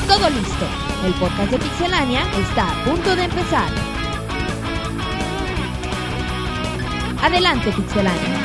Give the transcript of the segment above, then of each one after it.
Todo listo. El podcast de Pixelania está a punto de empezar. Adelante, Pixelania.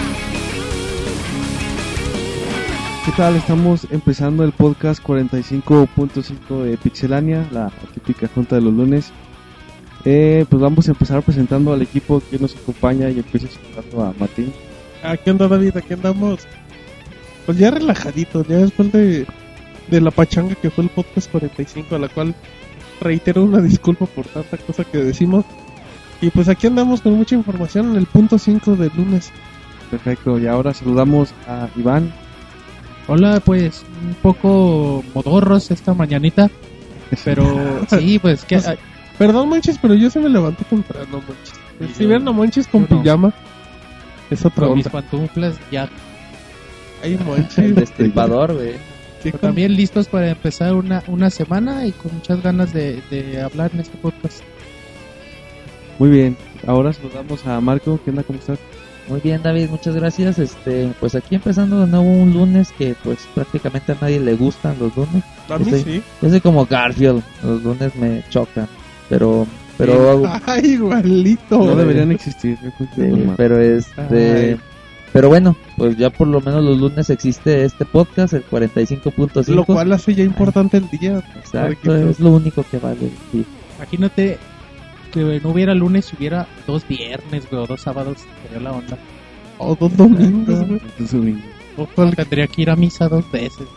¿Qué tal? Estamos empezando el podcast 45.5 de Pixelania, la típica junta de los lunes. Pues vamos a empezar presentando al equipo que nos acompaña y empiezo saludando a Martín. Aquí anda David, aquí andamos. Pues ya relajadito, ya después de la pachanga que fue el podcast 45, a la cual reitero una disculpa por tanta cosa que decimos. Y pues aquí andamos con mucha información en el punto 5 del lunes. Perfecto, y ahora saludamos a Iván. Hola, pues un poco modorros esta mañanita, pero sí, pues que... Perdón, Monchis, pero yo se me levanté temprano, Monchis. Si vieron a Monchis con no. pijama, es otra Con mis onda. pantuflas ya. Ay, Monchis. El destripador, güey. Sí, Pero también listos para empezar una semana y con muchas ganas de hablar en este podcast. Muy bien, ahora saludamos a Marco. ¿Qué onda? ¿Cómo estás? Muy bien, David, muchas gracias. Pues aquí empezando de nuevo un lunes que pues prácticamente a nadie le gustan los lunes. a mí sí. Yo soy como Garfield, los lunes me chocan, pero Ay, igualito. No deberían existir. Yo creo que es sí, normal. pero pero bueno, pues ya por lo menos los lunes existe este podcast, el 45.5. Lo cual hace ya importante el día. Exacto, Porque, es lo único que vale. Sí. Imagínate que no hubiera lunes, hubiera 2 viernes, güey, o 2 sábados, sería la onda. O 2 domingos, güey. Entonces, un- Ojalá. Tendría que ir a misa 2 veces.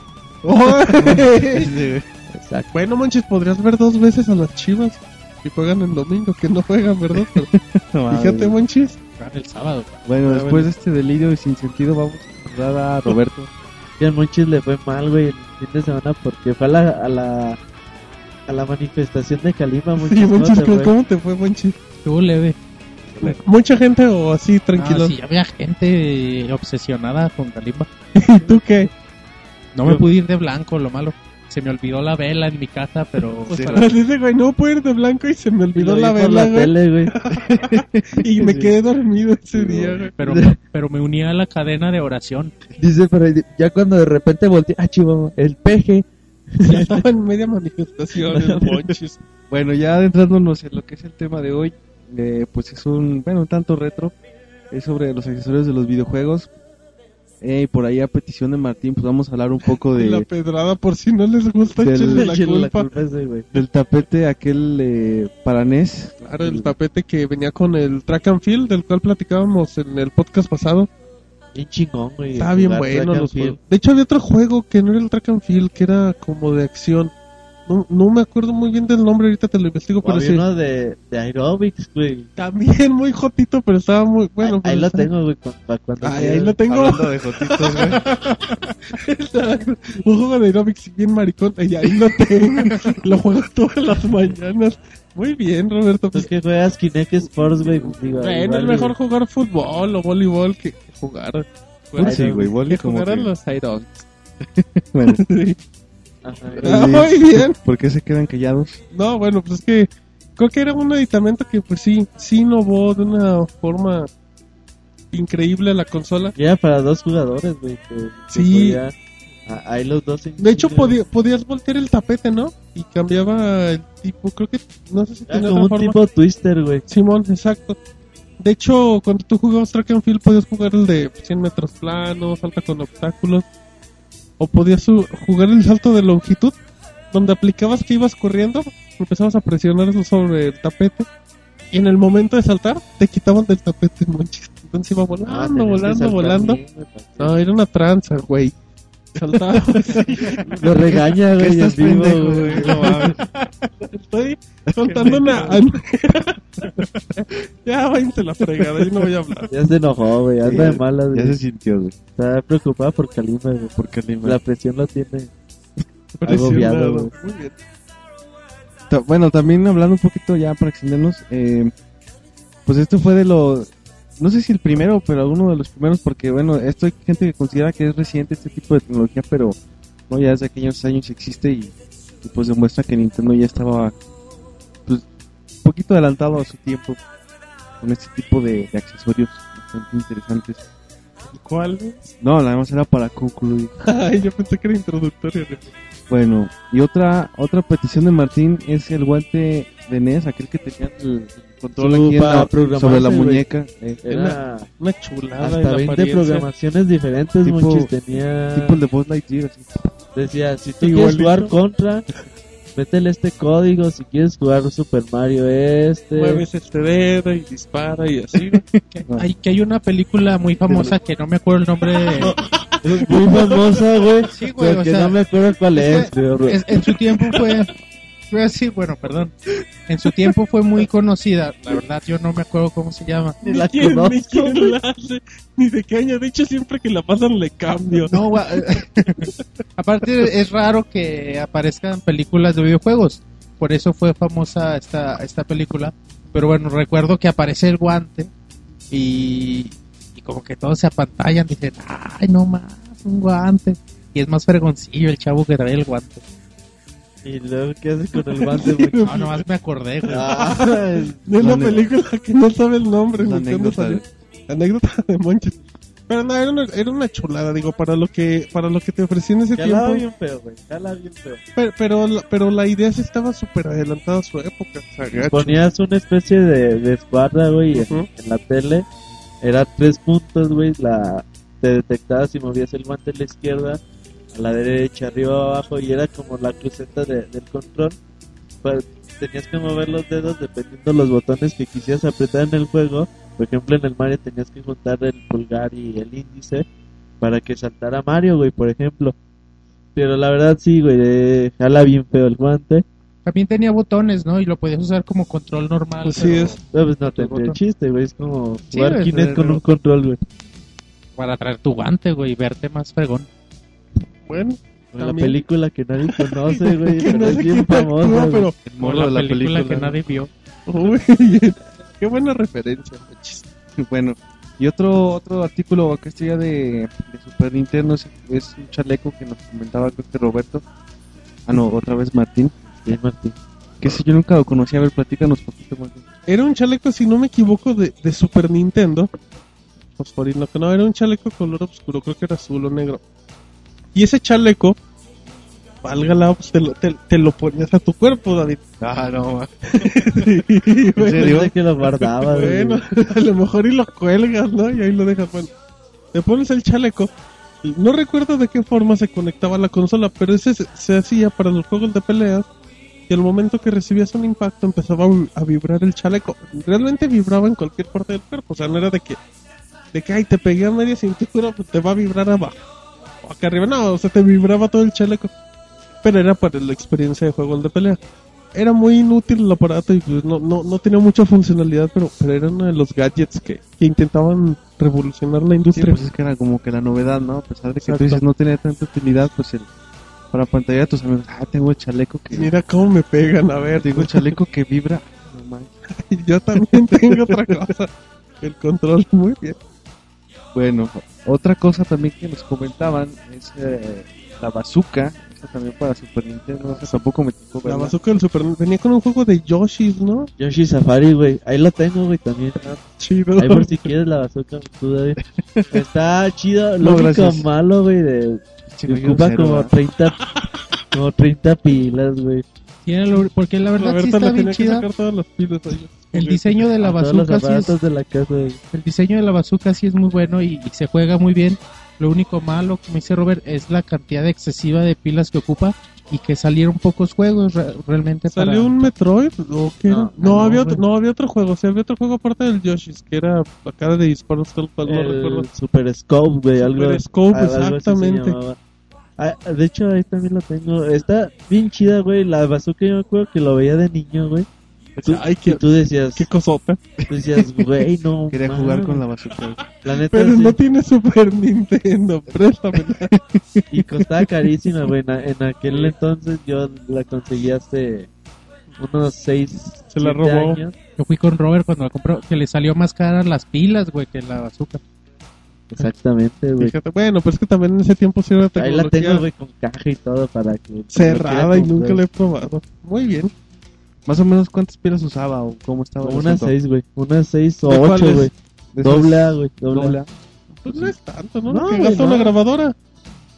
¡Ay! Exacto. Bueno, Monchis, podrías ver 2 veces a las Chivas y juegan el domingo, que no juegan, ¿verdad? Pero fíjate, Monchis. El sábado. Bueno, Ah, después bueno. de este delirio y sin sentido, vamos a saludar a Roberto. Y al Monchis le fue mal, güey, el fin de semana porque fue a la manifestación de Calima, Monchis. Sí, ¿cómo Monchis, te fue? ¿cómo te fue, Monchis? Estuvo leve. ¿Mucha gente o así, tranquilo? Ah, sí, había gente obsesionada con Kalimba. ¿Y tú qué? No me pude ir de blanco, lo malo. Se me olvidó la vela en mi casa, pero... O sea, dice, güey, no puedo ir de blanco y se me olvidó Lo la vi por vela, la güey. tele, güey. Y me quedé dormido ese día, güey. pero me uní a la cadena de oración. Dice, pero ya cuando de repente volteé, chihuahua, el peje. Ya estaba en media manifestación, el Monchis. Bueno, ya adentrándonos en lo que es el tema de hoy, pues es un tanto retro, es sobre los accesorios de los videojuegos. Por ahí a petición de Martín, pues vamos a hablar un poco La de pedrada, por si no les gusta, échenle la Échale la culpa. culpa a ese, güey. del tapete aquel para NES. Claro, el tapete que venía con el track and field, del cual platicábamos en el podcast pasado. Bien chingón, güey. Estaba bien jugar bueno track and los field. juegos. De hecho, había otro juego que no era el track and field, que era como de acción. No me acuerdo muy bien del nombre, ahorita te lo investigo, pero Había sí. uno de aerobics, güey. También muy jotito, pero estaba muy bueno. Ahí pues, lo está- tengo, güey. Para cuando Ay, sea- ahí lo tengo. Hablando de jotitos, güey. Exacto. Un juego de aerobics bien maricón. Y ahí lo tengo. Lo juego todas las mañanas. Muy bien, Roberto. Pues que juegas Kinect Sports, güey. Digo, Bueno, igual, es mejor güey. jugar fútbol o voleibol que jugar. Sí, güey, vóley Que como jugar a que... los aerobics. Bueno, Sí. Ajá. Ah, muy bien. ¿por qué se quedan callados? No, bueno, pues es que creo que era un aditamento que pues sí innovó de una forma increíble la consola. Y era para 2 jugadores, güey. que Sí. podía- ahí los dos. De hecho podías voltear el tapete, ¿no? Y cambiaba el tipo, creo que no sé si Era tenía como otra un forma. tipo Twister, güey. Simón, exacto. De hecho, cuando tú jugabas track and field podías jugar el de 100 metros planos, salta con obstáculos, o podías jugar el salto de longitud, donde aplicabas que ibas corriendo, empezabas a presionar eso sobre el tapete, y en el momento de saltar, te quitaban del tapete, Monchis. Entonces iba volando, tenías que volando, saltar volando. bien, güey, No, era una tranza, güey. Saltaba. Lo regaña, ¿Qué güey, en estás vivo, pendejo, güey. güey? No mames. Estoy contando una... Ya, váyanse la fregada, yo no voy a hablar. Ya se enojó, güey. Anda de malas, Ya güey. se sintió, güey. Está preocupada por Kalima, güey. ¿Por qué le La presión lo tiene. Presionado. Agobiado, güey. Muy bien. Bueno, también hablando un poquito ya para extendernos, pues esto fue de los, no sé si el primero, pero uno de los primeros, porque bueno, esto hay gente que considera que es reciente este tipo de tecnología, pero no, ya desde aquellos años existe y pues demuestra que Nintendo ya estaba pues un poquito adelantado a su tiempo con este tipo de accesorios bastante interesantes. ¿Cuál? No, nada más era para concluir. Ay, yo pensé que era introductorio. Bueno, y otra petición de Martín es el guante de NES, aquel que tenía el control aquí Para programarse, sobre la güey. muñeca. Era Una chulada. hasta en la 20 apariencia. programaciones diferentes, Tipo- muchos tenía. Tipo el de Buzz Lightyear, así. Decía, si tú Igualito. quieres jugar contra, métele este código. Si quieres jugar Super Mario Mueves este dedo y dispara y así. Que hay una película muy famosa que no me acuerdo el nombre. Es muy famosa, güey. Sí, güey, Pero o que sea, no me acuerdo cuál es, güey. En su tiempo fue así, bueno, perdón. En su tiempo fue muy conocida. La verdad, yo no me acuerdo cómo se llama. Ni la Ni conozco. quién la hace, ni de qué año. De hecho, siempre que la pasan le cambio. No, aparte es raro que aparezcan películas de videojuegos. Por eso fue famosa esta película. Pero bueno, recuerdo que aparece el guante y como que todos se apantallan. Dicen, ay, no más, un guante. Y es más fregoncillo el chavo que trae el guante. Y luego, ¿qué haces con el guante, güey? No, nomás me acordé, güey. Ay, De una La película que no sabe el nombre. La ni cuándo anécdota salió. Anécdota de Monchis. Pero no, era una chulada, digo, para lo que te ofrecí en ese Jalaba tiempo. bien feo, güey. Jalaba bien feo. Pero la idea sí estaba súper adelantada a su época. O sea, gacho. Ponías una especie de escuadra, güey, Ujú. en la tele. Era 3 puntos, güey. Te detectaba si movías el guante a la izquierda, a la derecha, arriba o abajo. Y era como la cruceta del control. Pues, tenías que mover los dedos dependiendo los botones que quisieras apretar en el juego. Por ejemplo, en el Mario tenías que juntar el pulgar y el índice para que saltara Mario, güey, por ejemplo. Pero la verdad sí, güey, jala bien feo el guante. También tenía botones, ¿no? Y lo podías usar como control normal. Pues sí pero es. No, pues no El tendría botón. chiste, güey. Es como Sí, jugar güey, Kinect con pero- un control, güey. Para traer tu guante, güey, y verte más fregón. Bueno, La también. película que nadie conoce, güey. Que pero no es sé bien quién actúa, famosa, güey. pero. El morro de la película. que nadie vio. Uy, qué buena referencia, Monchis. Bueno, y otro artículo que estoy ya de Super Nintendo es un chaleco que nos comentaba creo que Roberto. Ah, no, otra vez Martín. Sí, Martín. Que si yo nunca lo conocí, a ver, platícanos poquito más. Era un chaleco, si no me equivoco, de Super Nintendo. Fosforino, que no, era un chaleco color oscuro, creo que era azul o negro. Y ese chaleco, válgala, pues te lo ponías a tu cuerpo, David. Ah, no, Sí, ¿En bueno, serio? Pensé que lo guardaba, güey. bueno, a lo mejor y lo cuelgas, ¿no? Y ahí lo dejas, bueno. Te pones el chaleco. Y no recuerdo de qué forma se conectaba a la consola, pero ese se hacía para los juegos de peleas. Y al momento que recibías un impacto empezaba a vibrar el chaleco. Realmente vibraba en cualquier parte del cuerpo. O sea, no era de que ay, te pegué a media cintura, pues te va a vibrar abajo. O acá arriba, no, o sea, te vibraba todo el chaleco. Pero era para la experiencia de juegos de pelea. Era muy inútil el aparato y pues no tenía mucha funcionalidad, pero era uno de los gadgets que intentaban revolucionar la Sí, industria. pues es que era como que la novedad, ¿no? A pesar de que Exacto. tú dices no tenía tanta utilidad, pues para pantalla a tus amigos, tengo el chaleco que Mira cómo me pegan, a ver. tengo el chaleco que vibra. No manches. Yo también tengo otra cosa. El control, muy bien. Bueno, otra cosa también que nos comentaban es la bazooka, esa también para Super Nintendo, esa tampoco me tocó La verla. bazooka del Super Nintendo venía con un juego de Yoshis, ¿no? Yoshi Safari, güey. Ahí lo tengo, güey, también. Chido. Ahí por si quieres la bazooka, tú, David. Está chido. Lo No, único gracias. malo, güey, de... Che, que güey, ocupa grosero, como ¿verdad? 30 pilas, güey. Porque la verdad sí Roberto está le bien tenía que chida. sacar todas las pilas ahí. El diseño de la A todos los bazooka sí aparatos es, de la casa, güey. el diseño de la bazooka sí es muy bueno y se juega muy bien. Lo único malo, como dice Robert, es la cantidad excesiva de pilas que ocupa y que salieron pocos juegos realmente para... ¿Salió un Metroid? ¿O qué era? No, había güey. había otro juego. Sí, había otro juego aparte del Yoshis, que era acá de disparos tal cual, no recuerdo. El Super Scope, güey. Super Scope, algo así se exactamente. llamaba. Ah, de hecho, ahí también lo tengo. Está bien chida, güey. La bazooka yo me acuerdo que lo veía de niño, güey. Ay, Y tú decías, qué cosota. güey, no. Quería mames. jugar con la bazooka. La neta, Pero sí. no tiene Super Nintendo, préstamela. Y costaba carísima, güey. En aquel entonces yo la conseguí hace unos 6 Se la robó. años. Yo fui con Robert cuando la compró, que le salió más cara las pilas, güey, que la bazooka. Exactamente, güey. Fíjate, bueno, pues es que también en ese tiempo sí era Ahí tecnología la tengo, güey, con caja y todo para que... cerrada y lo quiera nunca la comprar. he probado. Muy bien. Más o menos cuántas pilas usaba o cómo estaba. Como el unas asunto? 6, güey. Unas 6 o ¿De 8, cuáles? güey. De esas- Doble A, güey. Doble doble A. A. Pues no es tanto, ¿no? No, Que güey, gasta no. una grabadora.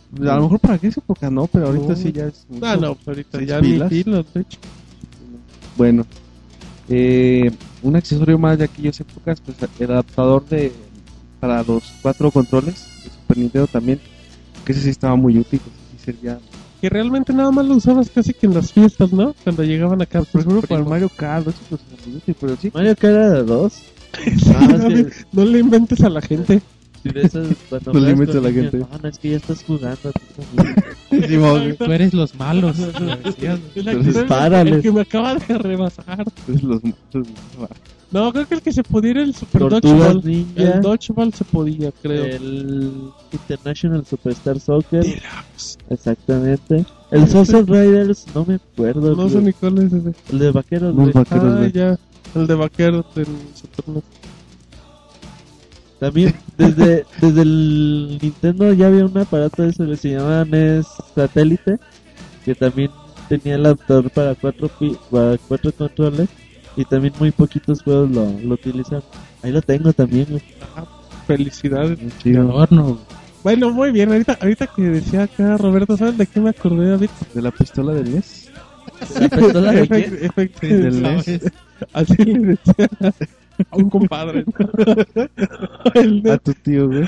A lo mejor para qué época no, pero ahorita No. sí ya es... Ah, no, pues ahorita ¿Seis ya pilas? ni pilas, de hecho. Bueno, un accesorio más de aquellas épocas, pues el adaptador para los 4 controles de Super Nintendo también, que ese sí estaba muy útil, ese sí servía, Que realmente nada más lo usabas casi que en las fiestas, ¿no? Cuando llegaban acá. por ejemplo, tus para el primos. Mario Kart, eso pues era muy útil, pero sí. Mario Kart era de 2. No, no le inventes a la gente. De esas, cuando No juegas limites con a la niños, gente. No, es que ya estás jugando. tú también". Simón, Tú eres los malos. lo decías. Dispárale. El que me acaba de rebasar. es los- No, creo que el que se podía era el Super Tortugas Dodgeball. Ninja. El Dodgeball se podía, creo. El International Superstar Soccer. Exactamente. El Social Riders, no me acuerdo. No sé creo. ni cuál es ese. El de vaqueros, Los güey. vaqueros, Ah, güey. ya. El de vaquero del Saturno. También desde el Nintendo ya había un aparato de eso que se llamaba NES Satélite, que también tenía el adaptador para 4 controles y también muy poquitos juegos lo utilizan. Ahí lo tengo también, güey. Felicidades. De Chido. adorno. Bueno, muy bien. Ahorita que decía acá Roberto, ¿sabes de qué me acordé, David? De la pistola del NES. ¿La pistola de quién? Efecto, Del ¿sabes? NES. Así le decía a un compadre. El A NES. tu tío, güey.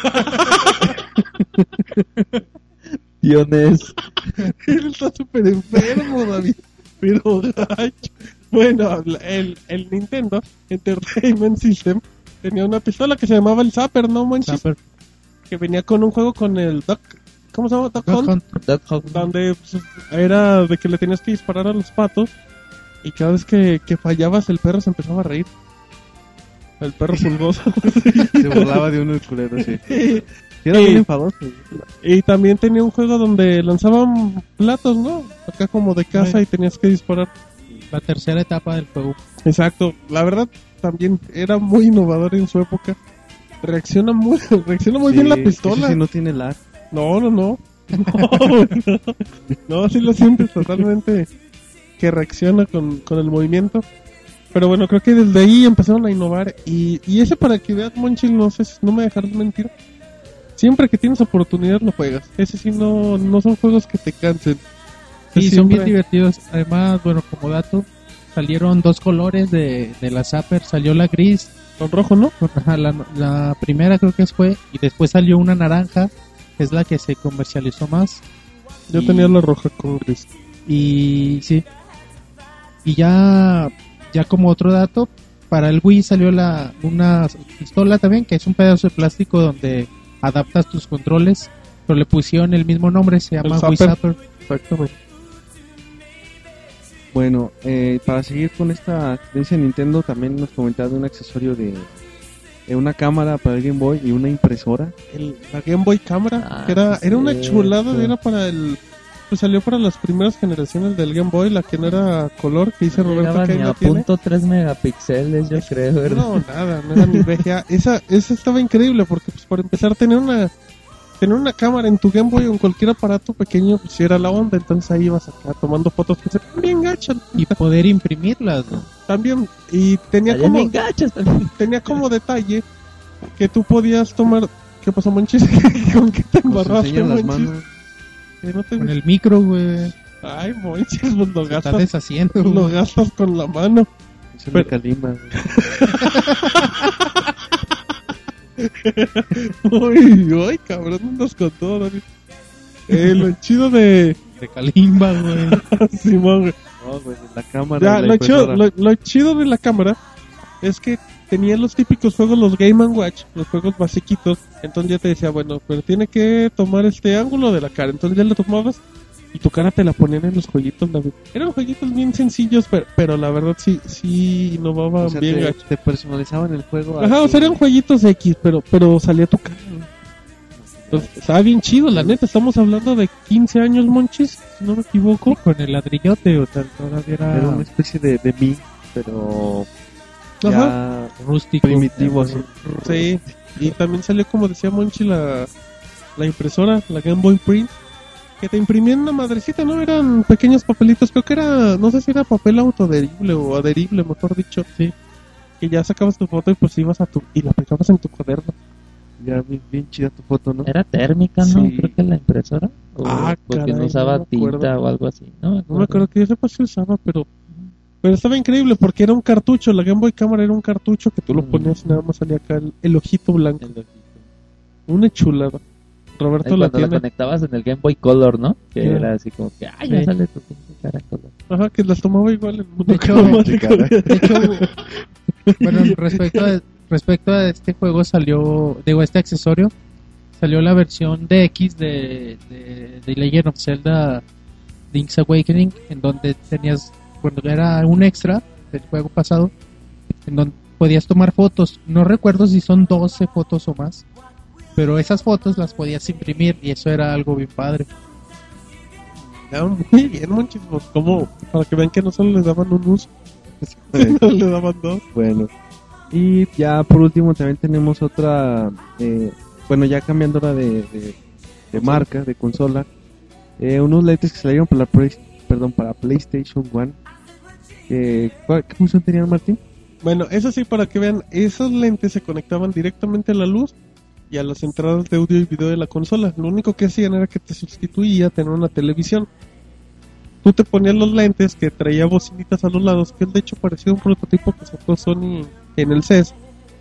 Tío NES. Él está súper enfermo, David. Pero, gacho. Bueno, el Nintendo Entertainment System tenía una pistola que se llamaba el Zapper, ¿no, manches? Zapper. Que venía con un juego con el Duck. ¿Cómo se llama? Duck Duck Hunt. Hunt. Duck Hunt. Donde pues, era de que le tenías que disparar a los patos. Y cada vez que fallabas, el perro se empezaba a reír. El perro pulgoso. Se burlaba de uno el culero, sí. Sí, era bien enfadoso. Y también tenía un juego donde lanzaban platos, ¿no? Acá como de casa y tenías que disparar. La tercera etapa del juego. Exacto. La verdad, también era muy innovador en su época. Reacciona muy bien la pistola. Ese sí no tiene lag. No. No, sí lo sientes totalmente que reacciona con el movimiento. Pero bueno, creo que desde ahí empezaron a innovar. Y ese, para que veas, Monchil, no sé, no me dejarás mentir. Siempre que tienes oportunidad lo juegas. Ese sí no son juegos que te cansen. Sí, Siempre- son bien divertidos. Además, bueno, como dato, salieron 2 colores de la Zapper. Salió la gris, Con rojo, ¿no? ajá, la primera creo que fue, y después salió una naranja, que es la que se comercializó más. Yo Y- tenía la roja con gris. Y sí. Y ya como otro dato, para el Wii salió una pistola también, que es un pedazo de plástico donde adaptas tus controles, pero le pusieron el mismo nombre, se llama El Wii Zapper. Zapper. Exactamente. Bueno, para seguir con esta tendencia de Nintendo, también nos comentaron un accesorio de una cámara para el Game Boy y una impresora. La Game Boy Cámara, Ah, que era una cierto. chulada, era para pues salió para las primeras generaciones del Game Boy, la que no era color, que dice No Roberto llegaba que ahí ni la a tiene. .3 megapíxeles, yo creo, ¿verdad? No, nada, no era ni VGA. Esa estaba increíble porque, pues, para empezar, tener una cámara en tu Game Boy o en cualquier aparato pequeño, pues sí era la onda. Entonces ahí ibas acá tomando fotos que se ven bien gachas. Y poder imprimirlas, ¿no? También, y tenía Allá como, me enganchas también. tenía como detalle que tú podías tomar. ¿Qué pasó, Monchis? ¿Con qué te Nos embarraste, enseñan las Monchis? manos. Que no te- Con el micro, güey. Ay, Monchis, pues lo Se está gastas, deshaciendo, lo güey. gastas con la mano. Ese Pero- me calima, güey. Uy, cabrón, andas con todo, David. Lo chido de De Kalimba, güey. Simón, güey. No, güey, la cámara. Ya, y la impresora. lo chido de la cámara es que tenía los típicos juegos, los Game & Watch, los juegos basiquitos. Entonces ya te decía, bueno, pero tiene que tomar este ángulo de la cara. Entonces ya lo tomabas y tu cara te la ponían en los jueguitos, David. Eran jueguitos bien sencillos, pero la verdad sí innovaban O sea, bien te, gacho. te personalizaban el juego. a Ajá, o tu- sea, eran jueguitos X, pero salía tu cara, güey. Entonces, estaba bien chido, la neta. Estamos hablando de 15 años, Monchis, si no me equivoco. Con el ladrillote, o sea, todavía Era era una especie de mí, pero Ajá. ya rústico. primitivo, así. Sí, y también salió, como decía Monchi, la impresora, la Game Boy Print, que te imprimían una madrecita, ¿no? Eran pequeños papelitos, creo que era, no sé si era papel autoadherible o adherible, mejor dicho, sí. Que ya sacabas tu foto y pues ibas y la pegabas en tu cuaderno. Ya bien chida tu foto, ¿no? Era térmica, ¿no? Sí. Creo que la impresora. O porque caray, no usaba no me acuerdo. tinta o algo así. No No me acuerdo que yo sepa si usaba, pero estaba increíble porque era un cartucho. La Game Boy Cámara era un cartucho que tú lo ponías y nada más salía acá el ojito blanco. El ojito. Una chulada. Roberto Ahí la cuando la tiene. conectabas en el Game Boy Color, ¿no? Que Ya. era así como que, ay, ya Sí. sale tu pinche cara en color. Ajá, que las tomaba igual en De hecho, monocromático. De hecho, bueno, respecto a este juego este accesorio, salió la versión DX de Legend of Zelda Link's Awakening, en donde tenías, bueno, era un extra del juego pasado, en donde podías tomar fotos. No recuerdo si son 12 fotos o más, pero esas fotos las podías imprimir y eso era algo bien padre. Ya, muy bien, muchísimos. Como para que vean que no solo les daban un uso, no le daban dos. Bueno, y ya por último también tenemos otra, bueno, ya cambiando ahora de marca, de consola, unos lentes que salieron para para PlayStation 1. ¿Qué función tenían, Martín? Bueno, eso sí, para que vean, esos lentes se conectaban directamente a la luz y a las entradas de audio y video de la consola. Lo único que hacían era que te sustituía tener una televisión. Tú te ponías los lentes que traía bocinitas a los lados, que de hecho parecía un prototipo que sacó Sony en el CES.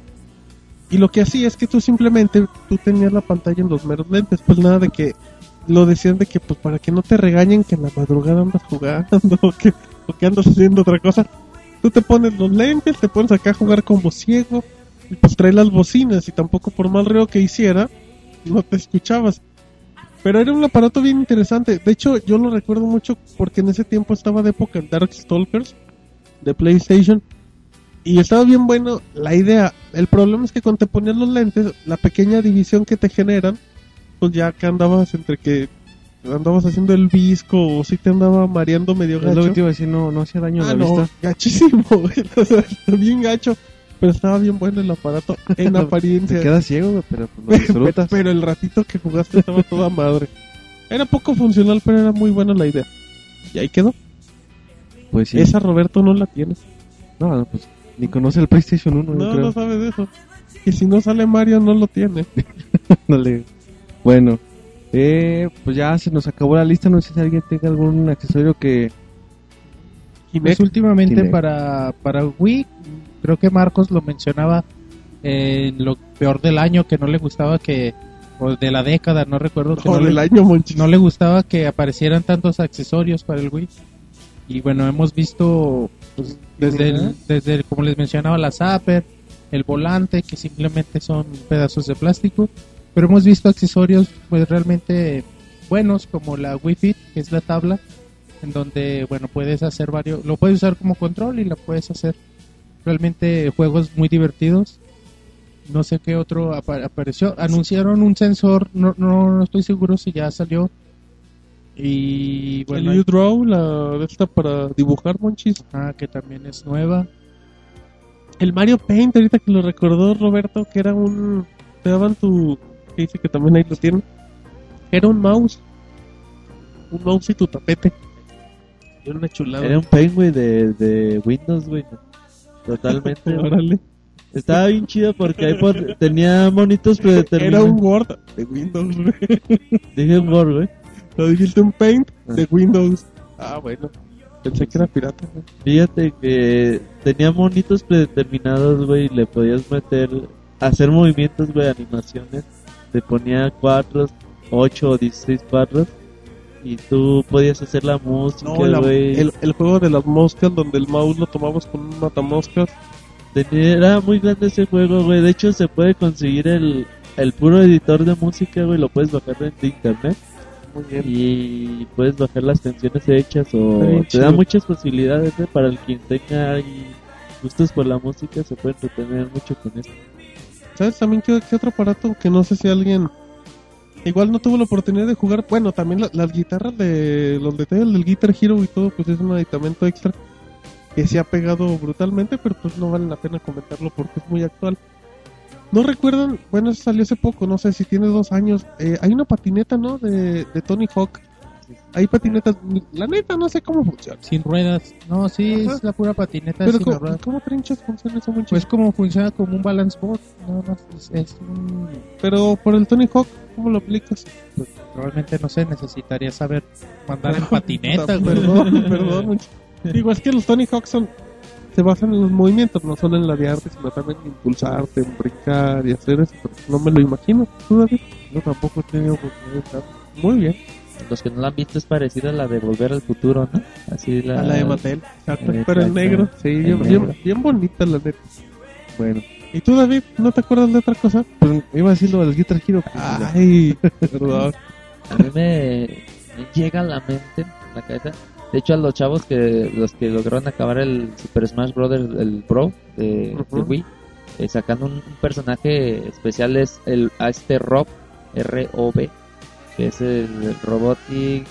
Y lo que hacía es que tú tenías la pantalla en los meros lentes, pues nada de que lo decían de que pues para que no te regañen que en la madrugada andas jugando o que andas haciendo otra cosa. Tú te pones los lentes, te pones acá a jugar como ciego y pues trae las bocinas y tampoco por mal ruido que hiciera no te escuchabas. Pero era un aparato bien interesante. De hecho, yo lo recuerdo mucho porque en ese tiempo estaba de época el Darkstalkers de PlayStation y estaba bien bueno la idea. El problema es que cuando te ponías los lentes, la pequeña división que te generan, pues ya que andabas entre que andabas haciendo el visco o si te andaba mareando medio Es lo gacho. que te iba a decir, no hacía daño a la No, vista. gachísimo, güey. O sea, bien gacho. Pero estaba bien bueno el aparato en apariencia. Te quedas ciego, güey, pero pues lo disfrutas. Pero el ratito que jugaste estaba toda madre. Era poco funcional, pero era muy buena la idea. Y ahí quedó. Pues sí. Esa Roberto no la tiene. No, pues ni conoce el PlayStation 1, yo No, creo. no sabe de eso. Y si no sale Mario, no lo tiene. Ándale. Bueno, pues ya se nos acabó la lista. No sé si alguien tenga algún accesorio que... Pues últimamente Kinect. para Wii, creo que Marcos lo mencionaba en lo peor del año, que no le gustaba o de la década, no recuerdo, que O no del le, año, Monchis. no le gustaba que aparecieran tantos accesorios para el Wii. Y bueno, hemos visto pues, desde como les mencionaba, la zapper, el volante, que simplemente son pedazos de plástico, pero hemos visto accesorios pues realmente buenos, como la Wii Fit, que es la tabla, en donde, bueno, puedes hacer lo puedes usar como control y la puedes hacer realmente juegos muy divertidos. No sé qué otro apareció. Anunciaron un sensor, no estoy seguro si ya salió. Y bueno, el U-Draw, la de esta para dibujar, Monchis. que también es nueva. El Mario Paint, ahorita que lo recordó Roberto, que era te daban que dice que también ahí lo tienen. Era un mouse y tu tapete. Era una chulada. Era un paint, güey, de Windows, güey. Totalmente. güey. Órale. Estaba bien chido porque ahí tenía monitos Era predeterminados. un Word de Windows, güey. Dije un Word, güey. Lo dijiste un Paint de Windows. Ah, bueno. Pensé que era pirata, güey. Fíjate que tenía monitos predeterminados, güey, y le podías hacer movimientos, güey, animaciones. Te ponía 4, 8 o 16 cuadros y tú podías hacer la música, No, güey. el juego de las moscas donde el mouse lo tomabas con un matamoscas. Era muy grande ese juego, güey. De hecho, se puede conseguir el puro editor de música, güey. Lo puedes bajar de internet. Muy bien. Y puedes bajar las canciones hechas o Está bien te da chido. muchas posibilidades, para el quien tenga ahí gustos por la música, se puede entretener mucho con esto. ¿Sabes también qué otro aparato que no sé si alguien igual no tuvo la oportunidad de jugar? Bueno, también las guitarras de los detalles del Guitar Hero y todo, pues es un aditamento extra que se ha pegado brutalmente, pero pues no vale la pena comentarlo porque es muy actual. ¿No recuerdan? Bueno, eso salió hace poco, no sé si tiene 2 años. Hay una patineta, ¿no? De Tony Hawk. Hay patinetas, la neta no sé cómo funciona. Sin ruedas. No, sí, Ajá. es la pura patineta Pero sin las ruedas. ¿cómo trinchas funciona eso muy Pues chido? como funciona como un balance board. No, no, es un... Pero por el Tony Hawk, ¿cómo lo aplicas? Pues, probablemente, no sé, necesitaría saber mandar en patineta, güey. Perdón. Mucho. Digo, es que los Tony Hawk se basan en los movimientos, no solo en la de arte, sino también en impulsarte, en brincar y hacer eso. Pero no me lo imagino. ¿Tú, David? Yo tampoco he tenido oportunidad de estar. Muy bien. Los que no la han visto es parecida a la de Volver al Futuro, ¿no? Así A la de Mattel. Exacto. Exacto. Pero en negro. Sí, En bien, negro. bien bonita la neta. Bueno, ¿Y tú, David? ¿No te acuerdas de otra cosa? pues iba a decir lo del Guitar Hero. pues, ya. Ay, perdón. A mí me llega a la mente, a la cabeza. De hecho, a los chavos los que lograron acabar el Super Smash Brothers, el Bro de Wii, sacando un personaje especial es a este Rob, R-O-B, que es el Robotic.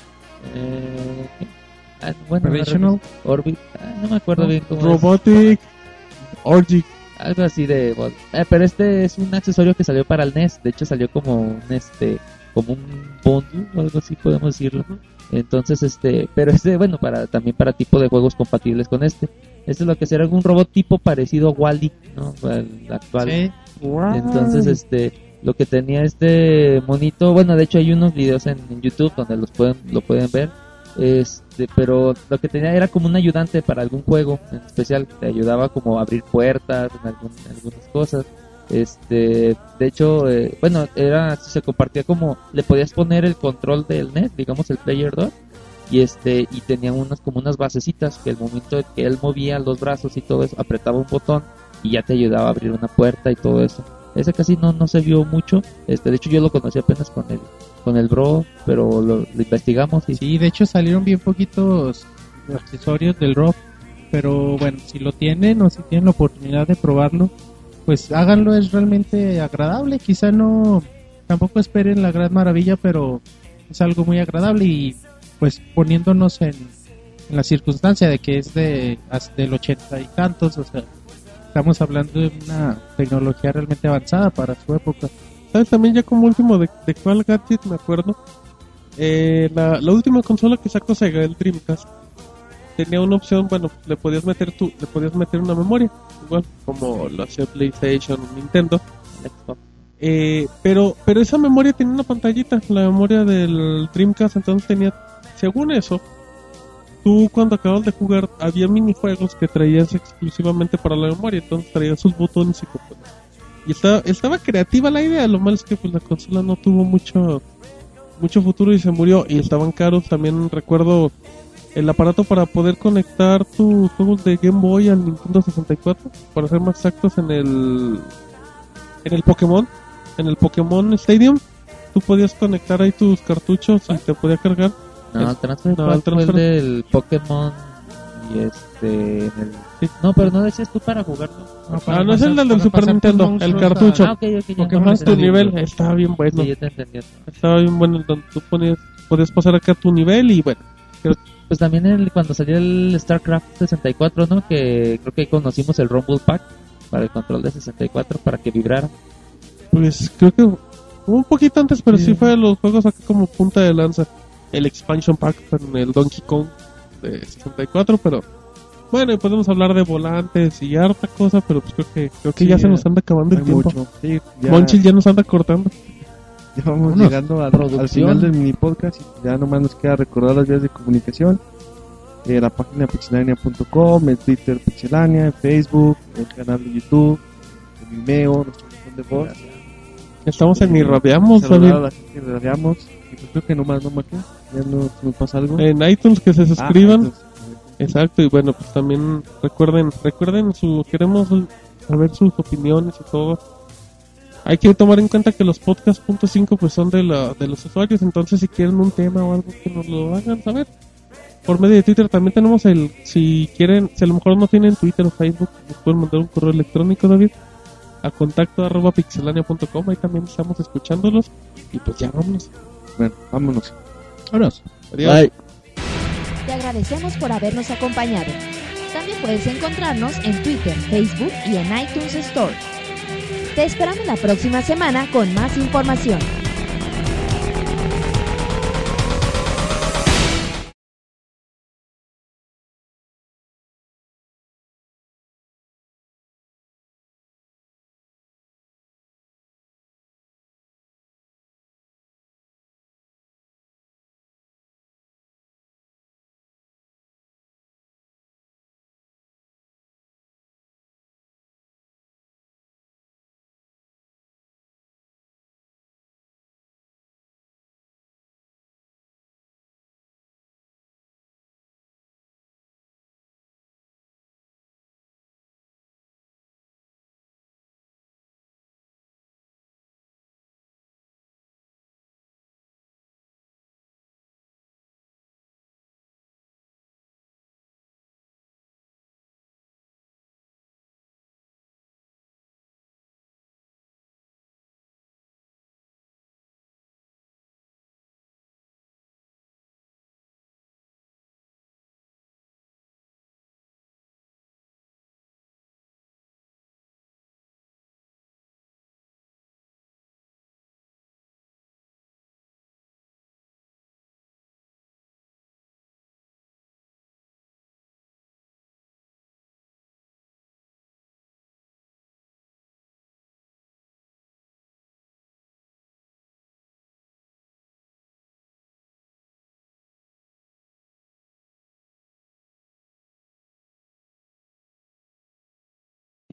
Bueno, Operational. Orbit, no me acuerdo bien cómo es. Robotic Orgic. Algo así de pero este es un accesorio que salió para el NES. De hecho salió como un como un bundle o algo así podemos decirlo. Entonces pero bueno, también para tipo de juegos compatibles con este es lo que será un robot tipo parecido a Wall-E, ¿no? El actual. Sí. Entonces lo que tenía este monito, bueno, de hecho hay unos videos en YouTube donde lo pueden ver. Pero lo que tenía era como un ayudante para algún juego en especial, te ayudaba como a abrir puertas en algunas cosas. De hecho, bueno, se compartía como le podías poner el control del NES, digamos el Player 2, y tenía como unas basecitas que el momento de que él movía los brazos y todo eso, apretaba un botón y ya te ayudaba a abrir una puerta y todo eso. Ese casi no se vio mucho. De hecho yo lo conocí apenas con el Bro, pero lo investigamos y Sí, de hecho salieron bien poquitos accesorios del Rob, pero bueno, si lo tienen o si tienen la oportunidad de probarlo, pues háganlo, es realmente agradable. Quizá no, tampoco esperen la gran maravilla, pero es algo muy agradable y pues poniéndonos en la circunstancia de que es del 80 y tantos, o sea, estamos hablando de una tecnología realmente avanzada para su época. ¿Sabes también ya como último de cuál gadget me acuerdo? La última consola que sacó Sega, el Dreamcast, tenía una opción, bueno, le podías meter una memoria, igual como lo hacía PlayStation o Nintendo. Xbox. Pero esa memoria tenía una pantallita, la memoria del Dreamcast, entonces tenía, según eso, tú cuando acabas de jugar había minijuegos que traías exclusivamente para la memoria, entonces traías sus botones y componentes. Y estaba creativa la idea, lo malo es que pues la consola no tuvo mucho futuro y se murió, y estaban caros. También recuerdo el aparato para poder conectar tus juegos de Game Boy al Nintendo 64, para ser más exactos, en el Pokémon Stadium, tú podías conectar ahí tus cartuchos y te podía cargar. No, el transfer No, fue el transfer- el del Pokémon y Sí. No, pero no decías tú para jugarlo. No es el del Super Nintendo, el cartucho. Ah, ok, ya Pokémon no, tu entendí. nivel, estaba bien bueno. Sí, ya te entendí. Estaba bien bueno, donde tú podías pasar acá tu nivel y bueno. Pues también cuando salió el StarCraft 64, ¿no? Que creo que conocimos el Rumble Pack para el control de 64 para que vibrara. Pues creo que un poquito antes, pero sí Sí. fue de los juegos acá como punta de lanza. El Expansion Pack con el Donkey Kong de 64, pero bueno, y podemos hablar de volantes y harta cosa, pero pues creo que Sí, ya se nos anda acabando el Hay tiempo. mucho. Sí, ya, Monchil ya nos anda cortando. ya vamos Vámonos. llegando al Producción. final del mini podcast y ya nomás nos queda recordar las vías de comunicación. La página pixelania.com, el Twitter Pixelania, el Facebook, el canal de YouTube, el Vimeo, nuestro botón de voz. Estamos en Irradiamos, Saludar a David. la gente que radiamos. Y pues creo que nomás no marqué. Ya no nos pasa algo. En iTunes que se suscriban. entonces, Exacto, y bueno, pues también recuerden queremos saber sus opiniones y todo. Hay que tomar en cuenta que los podcasts .5 pues son de los usuarios, entonces si quieren un tema o algo que nos lo hagan saber. Por medio de Twitter también tenemos si quieren, si a lo mejor no tienen Twitter o Facebook, nos pueden mandar un correo electrónico, David, a contacto@pixelania.com, ahí también estamos escuchándolos, y pues ya vámonos. bueno, vámonos. Vámonos. Adiós. Bye. Te agradecemos por habernos acompañado. También puedes encontrarnos en Twitter, Facebook y en iTunes Store. Te esperamos la próxima semana con más información.